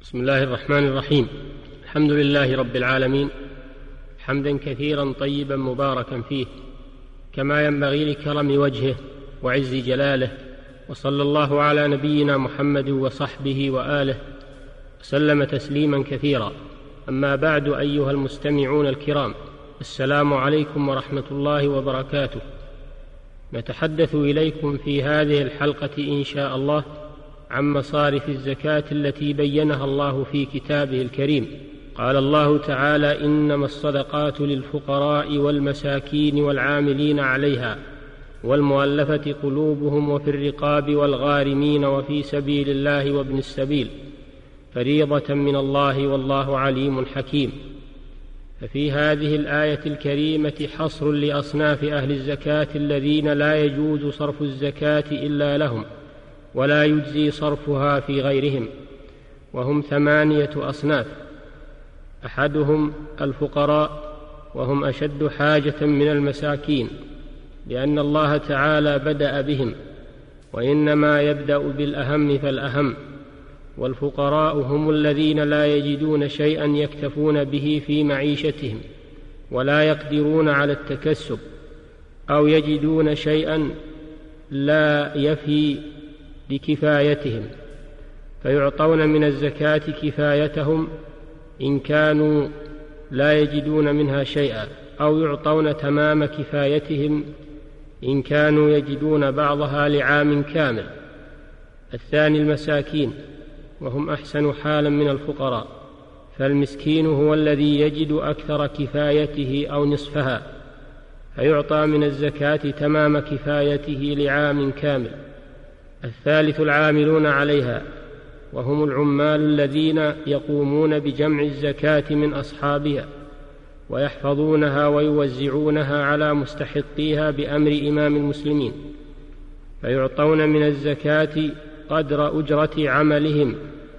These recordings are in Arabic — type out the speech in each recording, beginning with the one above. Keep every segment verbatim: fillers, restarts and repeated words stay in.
بسم الله الرحمن الرحيم. الحمد لله رب العالمين، حمدا كثيرا طيبا مباركا فيه كما ينبغي لكرم وجهه وعز جلاله، وصلى الله على نبينا محمد وصحبه وآله وسلم تسليما كثيرا. أما بعد، أيها المستمعون الكرام، السلام عليكم ورحمة الله وبركاته. نتحدث إليكم في هذه الحلقة إن شاء الله عن مصارف الزكاة التي بينها الله في كتابه الكريم. قال الله تعالى: إنما الصدقات للفقراء والمساكين والعاملين عليها والمؤلفة قلوبهم وفي الرقاب والغارمين وفي سبيل الله وابن السبيل فريضة من الله والله عليم حكيم. ففي هذه الآية الكريمة حصر لأصناف أهل الزكاة الذين لا يجوز صرف الزكاة إلا لهم ولا يجزي صرفها في غيرهم، وهم ثمانية أصناف. أحدهم الفقراء، وهم أشد حاجة من المساكين، لأن الله تعالى بدأ بهم، وإنما يبدأ بالأهم فالأهم. والفقراء هم الذين لا يجدون شيئا يكتفون به في معيشتهم ولا يقدرون على التكسب، أو يجدون شيئا لا يفي لكفايتهم، فيعطون من الزكاة كفايتهم إن كانوا لا يجدون منها شيئا، أو يعطون تمام كفايتهم إن كانوا يجدون بعضها لعام كامل. الثاني المساكين، وهم أحسن حالا من الفقراء، فالمسكين هو الذي يجد أكثر كفايته أو نصفها، فيعطى من الزكاة تمام كفايته لعام كامل. الثالث العاملون عليها، وهم العمال الذين يقومون بجمع الزكاة من أصحابها ويحفظونها ويوزعونها على مستحقيها بأمر إمام المسلمين، فيعطون من الزكاة قدر أجرة عملهم،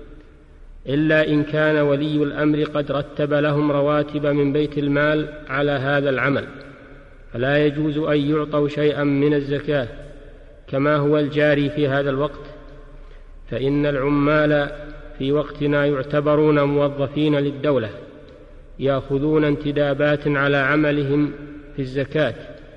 إلا إن كان ولي الأمر قد رتب لهم رواتب من بيت المال على هذا العمل، فلا يجوز أن يعطوا شيئا من الزكاة كما هو الجاري في هذا الوقت، فإن العمال في وقتنا يعتبرون موظفين للدولة، يأخذون انتدابات على عملهم في الزكاة،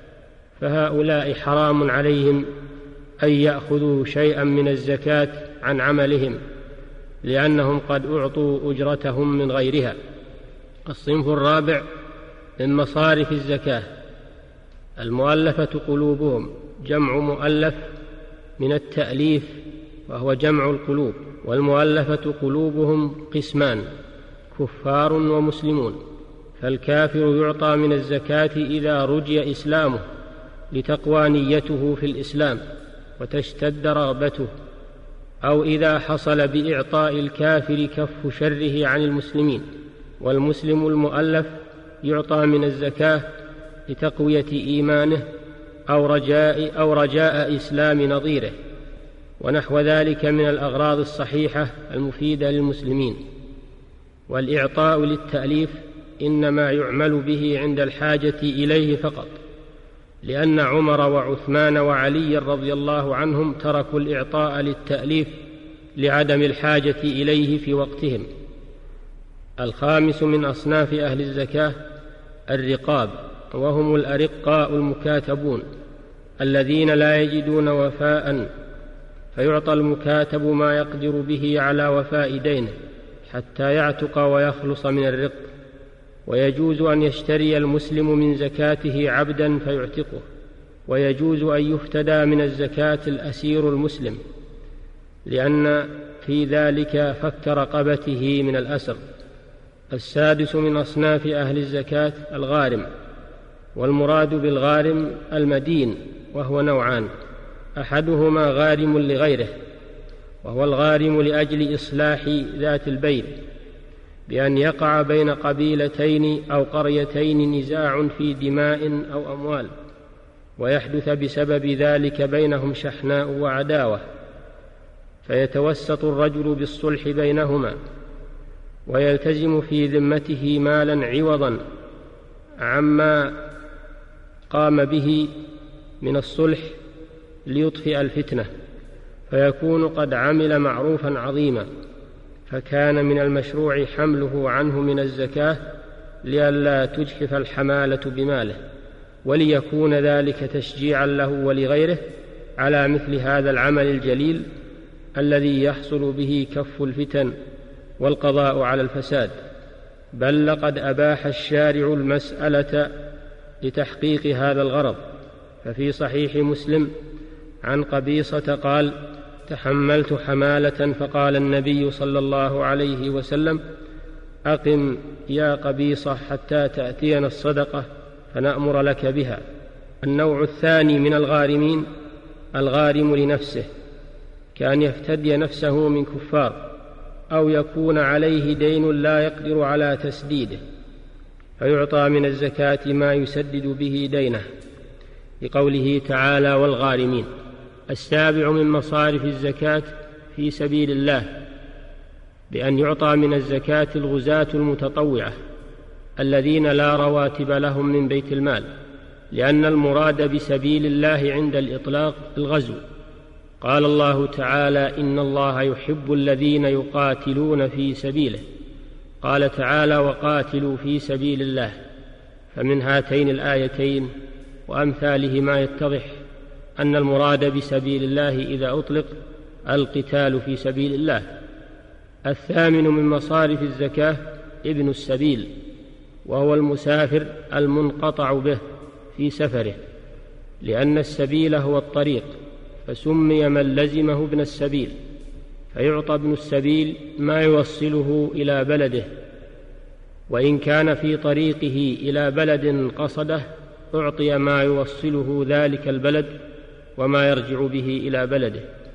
فهؤلاء حرام عليهم أن يأخذوا شيئا من الزكاة عن عملهم، لأنهم قد أعطوا أجرتهم من غيرها. الصنف الرابع من مصارف الزكاة المؤلفة قلوبهم، جمع مؤلف من التأليف، وهو جمع القلوب. والمؤلفة قلوبهم قسمان: كفار ومسلمون. فالكافر يعطى من الزكاة إذا رجي إسلامه لتقوى نيته في الإسلام وتشتد رغبته، أو إذا حصل بإعطاء الكافر كف شره عن المسلمين. والمسلم المؤلف يعطى من الزكاة لتقوية إيمانه أو رجاء, أو رجاء إسلام نظيره، ونحو ذلك من الأغراض الصحيحة المفيدة للمسلمين. والإعطاء للتأليف إنما يعمل به عند الحاجة إليه فقط، لأن عمر وعثمان وعلي رضي الله عنهم تركوا الإعطاء للتأليف لعدم الحاجة إليه في وقتهم. الخامس من أصناف أهل الزكاة الرقاب، وهم الأرقاء المكاتبون الذين لا يجدون وفاء، فيعطى المكاتب ما يقدر به على وفاء دينه حتى يعتق ويخلص من الرق. ويجوز أن يشتري المسلم من زكاته عبدا فيعتقه، ويجوز أن يفتدى من الزكاة الأسير المسلم، لأن في ذلك فك رقبته من الأسر. السادس من أصناف أهل الزكاة الغارم، والمراد بالغارم المدين، وهو نوعان: أحدهما غارم لغيره، وهو الغارم لأجل إصلاح ذات البين، بأن يقع بين قبيلتين أو قريتين نزاع في دماء أو أموال، ويحدث بسبب ذلك بينهم شحناء وعداوة، فيتوسط الرجل بالصلح بينهما، ويلتزم في ذمته مالا عوضا عما قام به من الصلح ليطفئ الفتنة، فيكون قد عمل معروفا عظيما، فكان من المشروع حمله عنه من الزكاة لئلا تجحف الحمالة بماله، وليكون ذلك تشجيعا له ولغيره على مثل هذا العمل الجليل الذي يحصل به كف الفتن والقضاء على الفساد. بل لقد أباح الشارع المسألة لتحقيق هذا الغرض، ففي صحيح مسلم عن قبيصة قال: تحملت حمالة فقال النبي صلى الله عليه وسلم: أقم يا قبيصة حتى تأتينا الصدقة فنأمر لك بها. النوع الثاني من الغارمين الغارم لنفسه، كأن يفتدي نفسه من كفار أو يكون عليه دين لا يقدر على تسديده، فيعطى من الزكاة ما يسدد به دينه، لقوله تعالى: والغارمين. السابع من مصارف الزكاة في سبيل الله بأن يعطى من الزكاة الغزاة المتطوعة الذين لا رواتب لهم من بيت المال، لأن المراد بسبيل الله عند الإطلاق الغزو. قال الله تعالى: إن الله يحب الذين يقاتلون في سبيله. قال تعالى: وقاتلوا في سبيل الله. فمن هاتين الآيتين وأمثالهما يتضح أن المراد بسبيل الله إذا أطلق القتال في سبيل الله. الثامن من مصارف الزكاة ابن السبيل، وهو المسافر المنقطع به في سفره، لأن السبيل هو الطريق، فسمي من لزمه ابن السبيل، فيعطى ابن السبيل ما يوصله إلى بلده، وإن كان في طريقه إلى بلد قصده أعطي ما يوصله ذلك البلد وما يرجع به إلى بلده.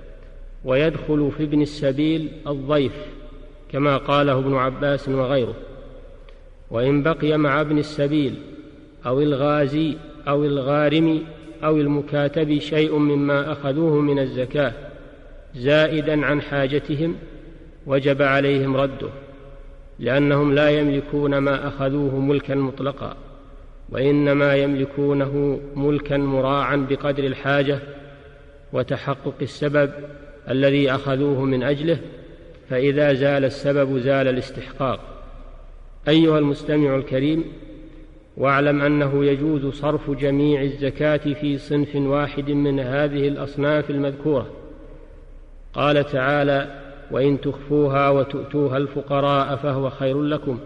ويدخل في ابن السبيل الضيف كما قاله ابن عباس وغيره. وإن بقي مع ابن السبيل أو الغازي أو الغارم أو المكاتب شيء مما أخذوه من الزكاة زائدا عن حاجتهم وجب عليهم رده، لأنهم لا يملكون ما أخذوه ملكا مطلقا، وإنما يملكونه ملكا مراعا بقدر الحاجة وتحقق السبب الذي أخذوه من أجله، فإذا زال السبب زال الاستحقاق. أيها المستمع الكريم، واعلم أنه يجوز صرف جميع الزكاة في صنف واحد من هذه الأصناف المذكورة. قال تعالى: وإن تخفوها وتؤتوها الفقراء فهو خير لكم.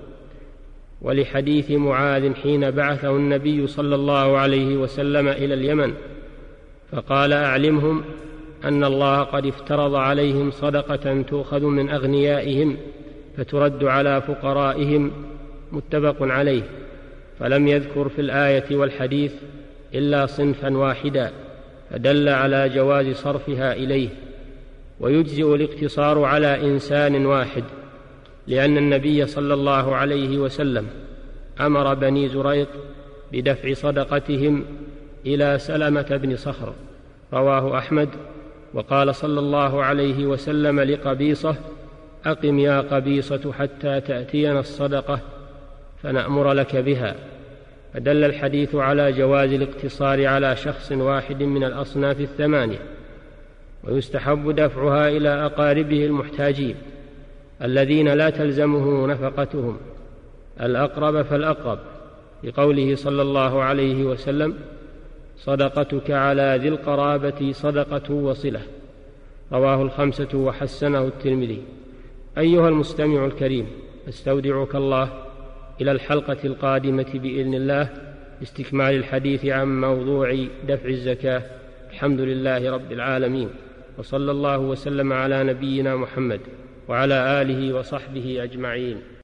ولحديث معاذ حين بعثه النبي صلى الله عليه وسلم إلى اليمن فقال: أعلمهم أن الله قد افترض عليهم صدقة تؤخذ من أغنيائهم فترد على فقرائهم، متفق عليه. فلم يذكر في الآية والحديث إلا صنفا واحدا، فدل على جواز صرفها إليه. ويجزئ الاقتصار على إنسان واحد، لأن النبي صلى الله عليه وسلم أمر بني زريق بدفع صدقتهم إلى سلمة بن صخر، رواه أحمد. وقال صلى الله عليه وسلم لقبيصة: أقم يا قبيصة حتى تأتينا الصدقة فنأمر لك بها. فدل الحديث على جواز الاقتصار على شخص واحد من الأصناف الثمانية. ويستحب دفعها إلى أقاربه المحتاجين الذين لا تلزمه نفقتهم، الأقرب فالأقرب، لقوله صلى الله عليه وسلم: صدقتك على ذي القرابة صدقة وصلة، رواه الخمسة وحسنه الترمذي. أيها المستمع الكريم، استودعك الله إلى الحلقة القادمة بإذن الله لاستكمال الحديث عن موضوع دفع الزكاة. الحمد لله رب العالمين، وصلى الله وسلم على نبينا محمد وعلى آله وصحبه أجمعين.